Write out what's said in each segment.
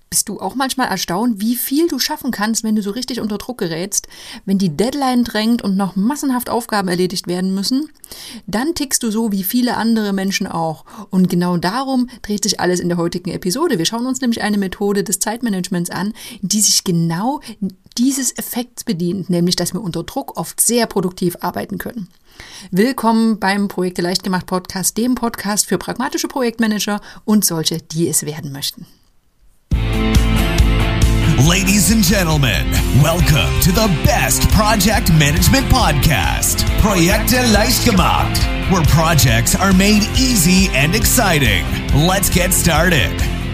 Bist du auch manchmal erstaunt, wie viel du schaffen kannst, wenn du so richtig unter Druck gerätst, wenn die Deadline drängt und noch massenhaft Aufgaben erledigt werden müssen? Dann tickst du so wie viele andere Menschen auch. Und genau darum dreht sich alles in der heutigen Episode. Wir schauen uns nämlich eine Methode des Zeitmanagements an, die sich genau dieses Effekts bedient, nämlich dass wir unter Druck oft sehr produktiv arbeiten können. Willkommen beim Projekte leicht gemacht Podcast, dem Podcast für pragmatische Projektmanager und solche, die es werden möchten. Ladies and gentlemen, welcome to the best project management podcast, Projekte leicht gemacht, where projects are made easy and exciting. Let's get started.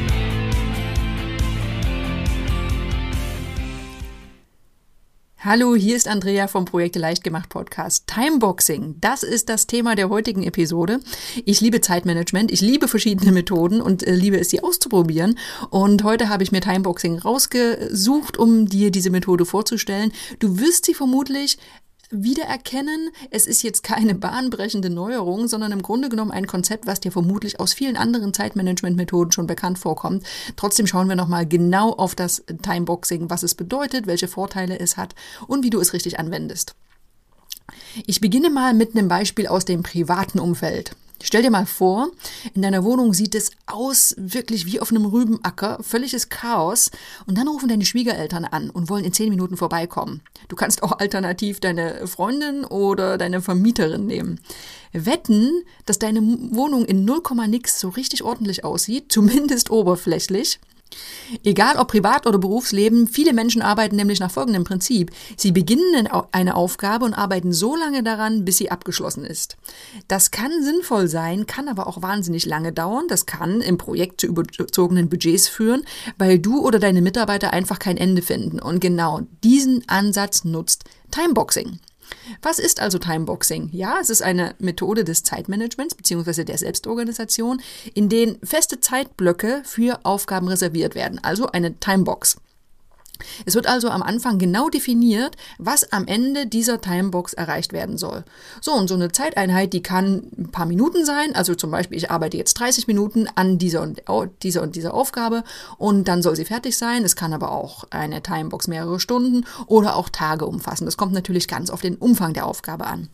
Hallo, hier ist Andrea vom Projekte leicht gemacht Podcast. Timeboxing, das ist das Thema der heutigen Episode. Ich liebe Zeitmanagement, ich liebe verschiedene Methoden und liebe es, sie auszuprobieren. Und heute habe ich mir Timeboxing rausgesucht, um dir diese Methode vorzustellen. Du wirst sie vermutlich wiedererkennen. Es ist jetzt keine bahnbrechende Neuerung, sondern im Grunde genommen ein Konzept, was dir vermutlich aus vielen anderen Zeitmanagement-Methoden schon bekannt vorkommt. Trotzdem schauen wir nochmal genau auf das Timeboxing, was es bedeutet, welche Vorteile es hat und wie du es richtig anwendest. Ich beginne mal mit einem Beispiel aus dem privaten Umfeld. Stell dir mal vor, in deiner Wohnung sieht es aus wirklich wie auf einem Rübenacker, völliges Chaos. Und dann rufen deine Schwiegereltern an und wollen in 10 Minuten vorbeikommen. Du kannst auch alternativ deine Freundin oder deine Vermieterin nehmen. Wetten, dass deine Wohnung in 0, nix so richtig ordentlich aussieht, zumindest oberflächlich. Egal ob Privat- oder Berufsleben, viele Menschen arbeiten nämlich nach folgendem Prinzip. Sie beginnen eine Aufgabe und arbeiten so lange daran, bis sie abgeschlossen ist. Das kann sinnvoll sein, kann aber auch wahnsinnig lange dauern. Das kann im Projekt zu überzogenen Budgets führen, weil du oder deine Mitarbeiter einfach kein Ende finden. Und genau diesen Ansatz nutzt Timeboxing. Was ist also Timeboxing? Ja, es ist eine Methode des Zeitmanagements bzw. der Selbstorganisation, in denen feste Zeitblöcke für Aufgaben reserviert werden, also eine Timebox. Es wird also am Anfang genau definiert, was am Ende dieser Timebox erreicht werden soll. So, und so eine Zeiteinheit, die kann ein paar Minuten sein, also zum Beispiel, ich arbeite jetzt 30 Minuten an dieser Aufgabe und dann soll sie fertig sein. Es kann aber auch eine Timebox mehrere Stunden oder auch Tage umfassen. Das kommt natürlich ganz auf den Umfang der Aufgabe an.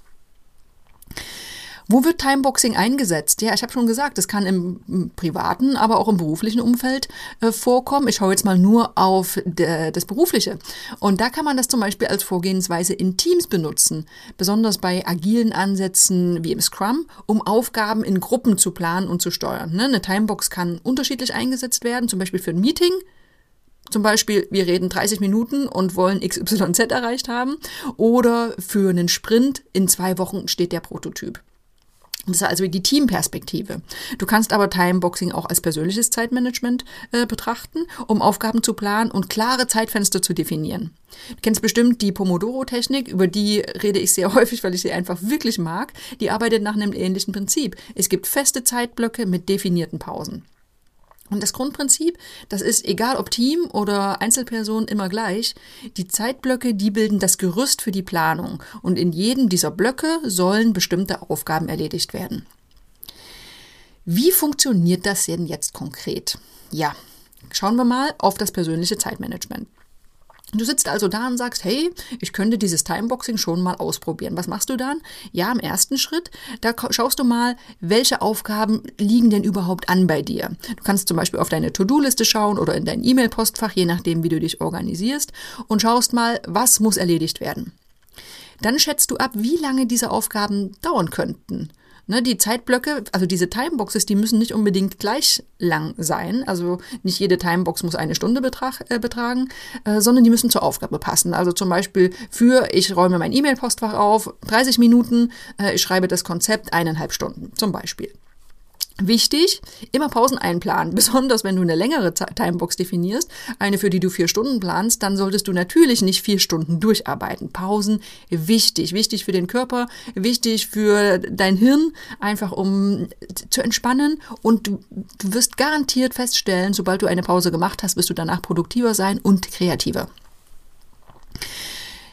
Wo wird Timeboxing eingesetzt? Ja, ich habe schon gesagt, es kann im privaten, aber auch im beruflichen Umfeld vorkommen. Ich schaue jetzt mal nur auf das Berufliche. Und da kann man das zum Beispiel als Vorgehensweise in Teams benutzen, besonders bei agilen Ansätzen wie im Scrum, um Aufgaben in Gruppen zu planen und zu steuern. Eine Timebox kann unterschiedlich eingesetzt werden, zum Beispiel für ein Meeting. Zum Beispiel, wir reden 30 Minuten und wollen XYZ erreicht haben. Oder für einen Sprint, in 2 Wochen steht der Prototyp. Das ist also die Teamperspektive. Du kannst aber Timeboxing auch als persönliches Zeitmanagement betrachten, um Aufgaben zu planen und klare Zeitfenster zu definieren. Du kennst bestimmt die Pomodoro-Technik, über die rede ich sehr häufig, weil ich sie einfach wirklich mag. Die arbeitet nach einem ähnlichen Prinzip. Es gibt feste Zeitblöcke mit definierten Pausen. Und das Grundprinzip, das ist egal ob Team oder Einzelperson immer gleich. Die Zeitblöcke, die bilden das Gerüst für die Planung. Und in jedem dieser Blöcke sollen bestimmte Aufgaben erledigt werden. Wie funktioniert das denn jetzt konkret? Ja, schauen wir mal auf das persönliche Zeitmanagement. Du sitzt also da und sagst, hey, ich könnte dieses Timeboxing schon mal ausprobieren. Was machst du dann? Ja, im ersten Schritt, da schaust du mal, welche Aufgaben liegen denn überhaupt an bei dir. Du kannst zum Beispiel auf deine To-Do-Liste schauen oder in dein E-Mail-Postfach, je nachdem, wie du dich organisierst, und schaust mal, was muss erledigt werden. Dann schätzt du ab, wie lange diese Aufgaben dauern könnten. Die Zeitblöcke, also diese Timeboxes, die müssen nicht unbedingt gleich lang sein. Also nicht jede Timebox muss 1 Stunde betragen, sondern die müssen zur Aufgabe passen. Also zum Beispiel ich räume mein E-Mail-Postfach auf, 30 Minuten, ich schreibe das Konzept 1,5 Stunden zum Beispiel. Wichtig, immer Pausen einplanen, besonders wenn du eine längere Timebox definierst, eine für die du 4 Stunden planst, dann solltest du natürlich nicht 4 Stunden durcharbeiten. Pausen, wichtig für den Körper, wichtig für dein Hirn, einfach um zu entspannen, und du wirst garantiert feststellen, sobald du eine Pause gemacht hast, wirst du danach produktiver sein und kreativer.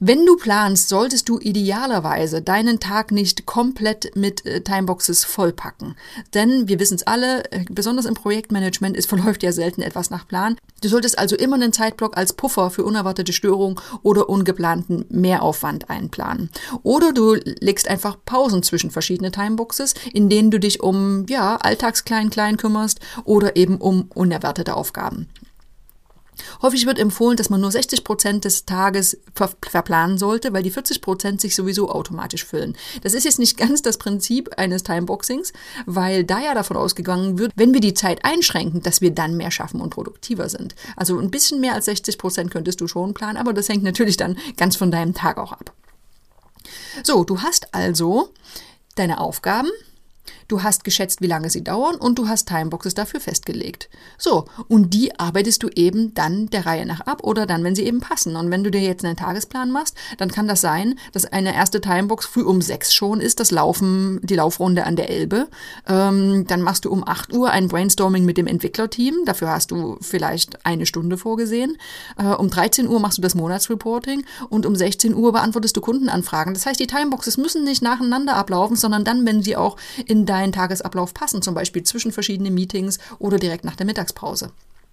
Wenn du planst, solltest du idealerweise deinen Tag nicht komplett mit Timeboxes vollpacken. Denn wir wissen es alle, besonders im Projektmanagement, es verläuft ja selten etwas nach Plan. Du solltest also immer einen Zeitblock als Puffer für unerwartete Störungen oder ungeplanten Mehraufwand einplanen. Oder du legst einfach Pausen zwischen verschiedene Timeboxes, in denen du dich um Alltagsklein-Klein kümmerst oder eben um unerwartete Aufgaben. Häufig wird empfohlen, dass man nur 60% des Tages verplanen sollte, weil die 40% sich sowieso automatisch füllen. Das ist jetzt nicht ganz das Prinzip eines Timeboxings, weil da ja davon ausgegangen wird, wenn wir die Zeit einschränken, dass wir dann mehr schaffen und produktiver sind. Also ein bisschen mehr als 60% könntest du schon planen, aber das hängt natürlich dann ganz von deinem Tag auch ab. So, du hast also deine Aufgaben. Du hast geschätzt, wie lange sie dauern und du hast Timeboxes dafür festgelegt. So, und die arbeitest du eben dann der Reihe nach ab oder dann, wenn sie eben passen. Und wenn du dir jetzt einen Tagesplan machst, dann kann das sein, dass eine erste Timebox früh um 6 schon ist, die Laufrunde an der Elbe. Dann machst du um 8 Uhr ein Brainstorming mit dem Entwicklerteam. Dafür hast du vielleicht 1 Stunde vorgesehen. Um 13 Uhr machst du das Monatsreporting und um 16 Uhr beantwortest du Kundenanfragen. Das heißt, die Timeboxes müssen nicht nacheinander ablaufen, sondern dann, wenn sie auch in deinen Tagesablauf passen, zum Beispiel zwischen verschiedenen Meetings oder direkt nach der Mittagspause.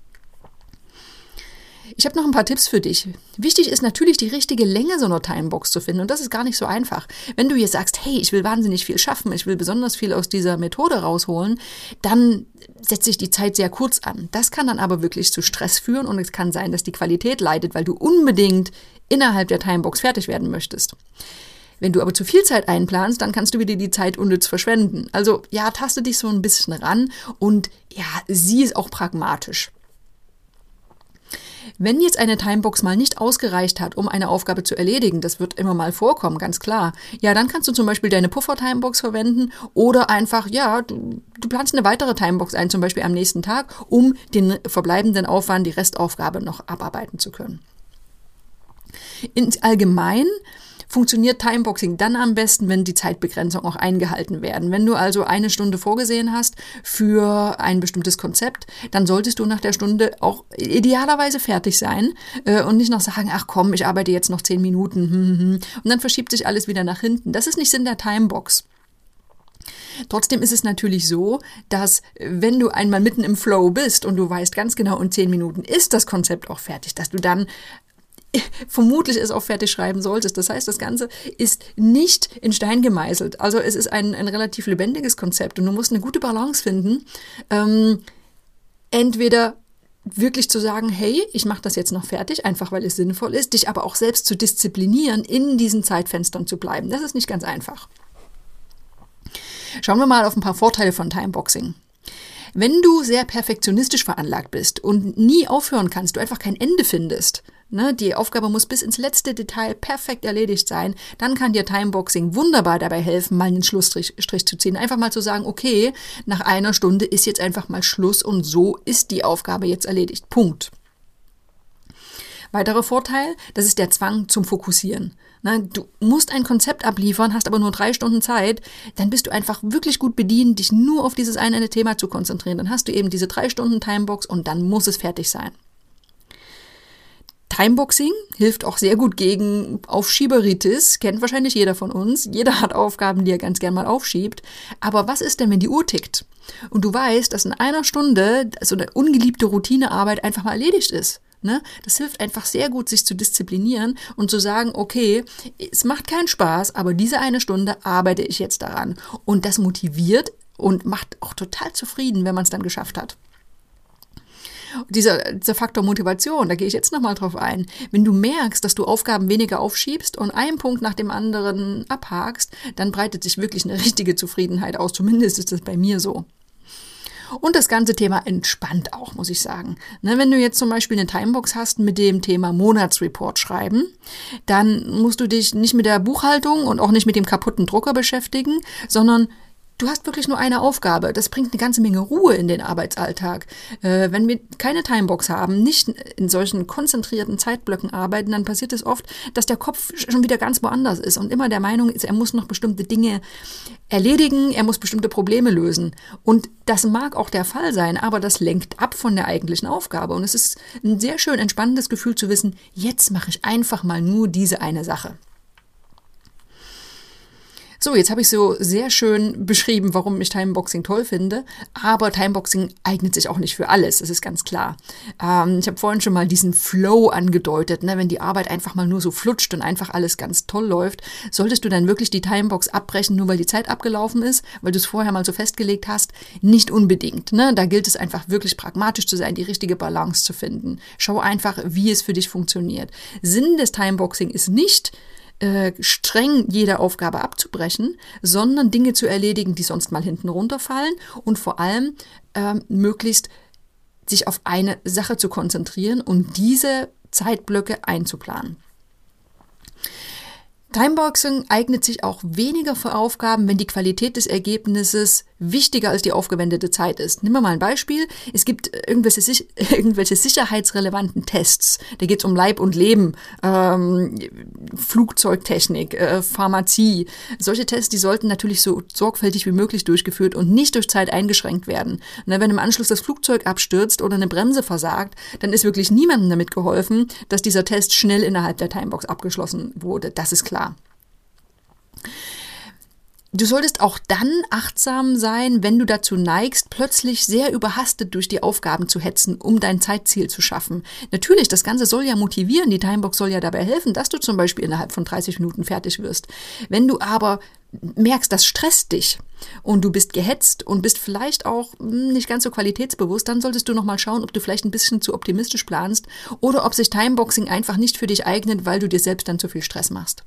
Ich habe noch ein paar Tipps für dich. Wichtig ist natürlich, die richtige Länge so einer Timebox zu finden und das ist gar nicht so einfach. Wenn du jetzt sagst, hey, ich will wahnsinnig viel schaffen, ich will besonders viel aus dieser Methode rausholen, dann setze ich die Zeit sehr kurz an. Das kann dann aber wirklich zu Stress führen und es kann sein, dass die Qualität leidet, weil du unbedingt innerhalb der Timebox fertig werden möchtest. Wenn du aber zu viel Zeit einplanst, dann kannst du wieder die Zeit unnütz verschwenden. Also ja, taste dich so ein bisschen ran und ja, sieh es auch pragmatisch. Wenn jetzt eine Timebox mal nicht ausgereicht hat, um eine Aufgabe zu erledigen, das wird immer mal vorkommen, ganz klar, ja, dann kannst du zum Beispiel deine Puffer-Timebox verwenden oder einfach, du planst eine weitere Timebox ein, zum Beispiel am nächsten Tag, um den verbleibenden Aufwand, die Restaufgabe noch abarbeiten zu können. Allgemein funktioniert Timeboxing dann am besten, wenn die Zeitbegrenzung auch eingehalten werden. Wenn du also 1 Stunde vorgesehen hast für ein bestimmtes Konzept, dann solltest du nach der Stunde auch idealerweise fertig sein und nicht noch sagen, ach komm, ich arbeite jetzt noch 10 Minuten und dann verschiebt sich alles wieder nach hinten. Das ist nicht Sinn der Timebox. Trotzdem ist es natürlich so, dass wenn du einmal mitten im Flow bist und du weißt ganz genau, in 10 Minuten ist das Konzept auch fertig, dass du dann vermutlich es auch fertig schreiben solltest. Das heißt, das Ganze ist nicht in Stein gemeißelt. Also es ist ein relativ lebendiges Konzept und du musst eine gute Balance finden. Entweder wirklich zu sagen, hey, ich mache das jetzt noch fertig, einfach weil es sinnvoll ist, dich aber auch selbst zu disziplinieren, in diesen Zeitfenstern zu bleiben. Das ist nicht ganz einfach. Schauen wir mal auf ein paar Vorteile von Timeboxing. Wenn du sehr perfektionistisch veranlagt bist und nie aufhören kannst, du einfach kein Ende findest, die Aufgabe muss bis ins letzte Detail perfekt erledigt sein, dann kann dir Timeboxing wunderbar dabei helfen, mal einen Schlussstrich zu ziehen. Einfach mal zu sagen, okay, nach 1 Stunde ist jetzt einfach mal Schluss und so ist die Aufgabe jetzt erledigt. Punkt. Weiterer Vorteil, das ist der Zwang zum Fokussieren. Du musst ein Konzept abliefern, hast aber nur 3 Stunden Zeit, dann bist du einfach wirklich gut bedient, dich nur auf dieses eine Thema zu konzentrieren. Dann hast du eben diese 3 Stunden Timebox und dann muss es fertig sein. Timeboxing hilft auch sehr gut gegen Aufschieberitis, kennt wahrscheinlich jeder von uns. Jeder hat Aufgaben, die er ganz gern mal aufschiebt. Aber was ist denn, wenn die Uhr tickt und du weißt, dass in 1 Stunde so eine ungeliebte Routinearbeit einfach mal erledigt ist? Das hilft einfach sehr gut, sich zu disziplinieren und zu sagen, okay, es macht keinen Spaß, aber diese 1 Stunde arbeite ich jetzt daran. Und das motiviert und macht auch total zufrieden, wenn man es dann geschafft hat. Dieser Faktor Motivation, da gehe ich jetzt nochmal drauf ein. Wenn du merkst, dass du Aufgaben weniger aufschiebst und einen Punkt nach dem anderen abhakst, dann breitet sich wirklich eine richtige Zufriedenheit aus. Zumindest ist das bei mir so. Und das ganze Thema entspannt auch, muss ich sagen. Wenn du jetzt zum Beispiel eine Timebox hast mit dem Thema Monatsreport schreiben, dann musst du dich nicht mit der Buchhaltung und auch nicht mit dem kaputten Drucker beschäftigen, sondern du hast wirklich nur eine Aufgabe. Das bringt eine ganze Menge Ruhe in den Arbeitsalltag. Wenn wir keine Timebox haben, nicht in solchen konzentrierten Zeitblöcken arbeiten, dann passiert es oft, dass der Kopf schon wieder ganz woanders ist und immer der Meinung ist, er muss noch bestimmte Dinge erledigen, er muss bestimmte Probleme lösen. Und das mag auch der Fall sein, aber das lenkt ab von der eigentlichen Aufgabe. Und es ist ein sehr schön entspannendes Gefühl zu wissen, jetzt mache ich einfach mal nur diese eine Sache. So, jetzt habe ich so sehr schön beschrieben, warum ich Timeboxing toll finde, aber Timeboxing eignet sich auch nicht für alles, das ist ganz klar. Ich habe vorhin schon mal diesen Flow angedeutet, ne? Wenn die Arbeit einfach mal nur so flutscht und einfach alles ganz toll läuft, solltest du dann wirklich die Timebox abbrechen, nur weil die Zeit abgelaufen ist, weil du es vorher mal so festgelegt hast? Nicht unbedingt, ne? Da gilt es einfach wirklich pragmatisch zu sein, die richtige Balance zu finden. Schau einfach, wie es für dich funktioniert. Sinn des Timeboxing ist nicht, streng jede Aufgabe abzubrechen, sondern Dinge zu erledigen, die sonst mal hinten runterfallen und vor allem möglichst sich auf eine Sache zu konzentrieren und diese Zeitblöcke einzuplanen. Timeboxing eignet sich auch weniger für Aufgaben, wenn die Qualität des Ergebnisses wichtiger als die aufgewendete Zeit ist. Nehmen wir mal ein Beispiel. Es gibt irgendwelche sicherheitsrelevanten Tests. Da geht es um Leib und Leben, Flugzeugtechnik, Pharmazie. Solche Tests, die sollten natürlich so sorgfältig wie möglich durchgeführt und nicht durch Zeit eingeschränkt werden. Und wenn im Anschluss das Flugzeug abstürzt oder eine Bremse versagt, dann ist wirklich niemandem damit geholfen, dass dieser Test schnell innerhalb der Timebox abgeschlossen wurde. Das ist klar. Du solltest auch dann achtsam sein, wenn du dazu neigst, plötzlich sehr überhastet durch die Aufgaben zu hetzen, um dein Zeitziel zu schaffen. Natürlich, das Ganze soll ja motivieren, die Timebox soll ja dabei helfen, dass du zum Beispiel innerhalb von 30 Minuten fertig wirst. Wenn du aber merkst, das stresst dich und du bist gehetzt und bist vielleicht auch nicht ganz so qualitätsbewusst, dann solltest du nochmal schauen, ob du vielleicht ein bisschen zu optimistisch planst oder ob sich Timeboxing einfach nicht für dich eignet, weil du dir selbst dann zu viel Stress machst.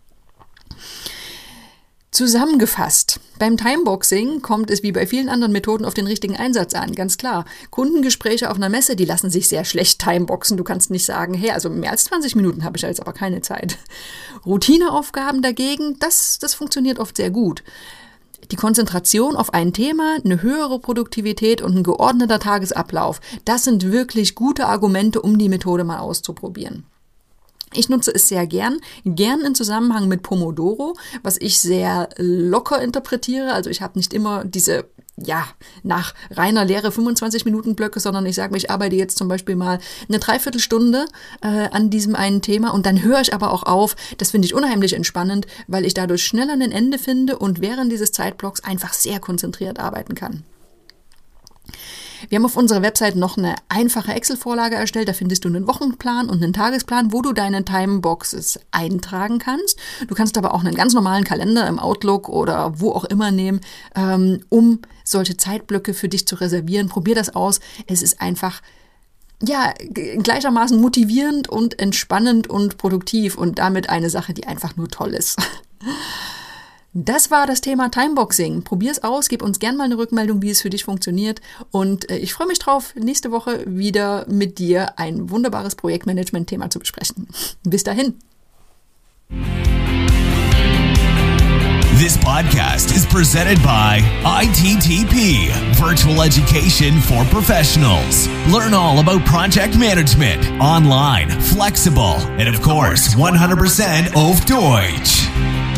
Zusammengefasst, beim Timeboxing kommt es wie bei vielen anderen Methoden auf den richtigen Einsatz an, ganz klar. Kundengespräche auf einer Messe, die lassen sich sehr schlecht timeboxen. Du kannst nicht sagen, hey, also mehr als 20 Minuten habe ich jetzt aber keine Zeit. Routineaufgaben dagegen, das funktioniert oft sehr gut. Die Konzentration auf ein Thema, eine höhere Produktivität und ein geordneter Tagesablauf, das sind wirklich gute Argumente, um die Methode mal auszuprobieren. Ich nutze es sehr gern in Zusammenhang mit Pomodoro, was ich sehr locker interpretiere. Also ich habe nicht immer diese, nach reiner Lehre 25-Minuten-Blöcke, sondern ich sage mir, ich arbeite jetzt zum Beispiel mal eine Dreiviertelstunde an diesem einen Thema und dann höre ich aber auch auf. Das finde ich unheimlich entspannend, weil ich dadurch schneller ein Ende finde und während dieses Zeitblocks einfach sehr konzentriert arbeiten kann. Wir haben auf unserer Website noch eine einfache Excel-Vorlage erstellt. Da findest du einen Wochenplan und einen Tagesplan, wo du deine Timeboxes eintragen kannst. Du kannst aber auch einen ganz normalen Kalender im Outlook oder wo auch immer nehmen, um solche Zeitblöcke für dich zu reservieren. Probier das aus. Es ist einfach gleichermaßen motivierend und entspannend und produktiv und damit eine Sache, die einfach nur toll ist. Das war das Thema Timeboxing. Probier's aus, gib uns gerne mal eine Rückmeldung, wie es für dich funktioniert. Und ich freue mich drauf, nächste Woche wieder mit dir ein wunderbares Projektmanagement-Thema zu besprechen. Bis dahin. This podcast is presented by ITTP, Virtual Education for Professionals. Learn all about project management, online, flexible, and of course, 100% auf Deutsch.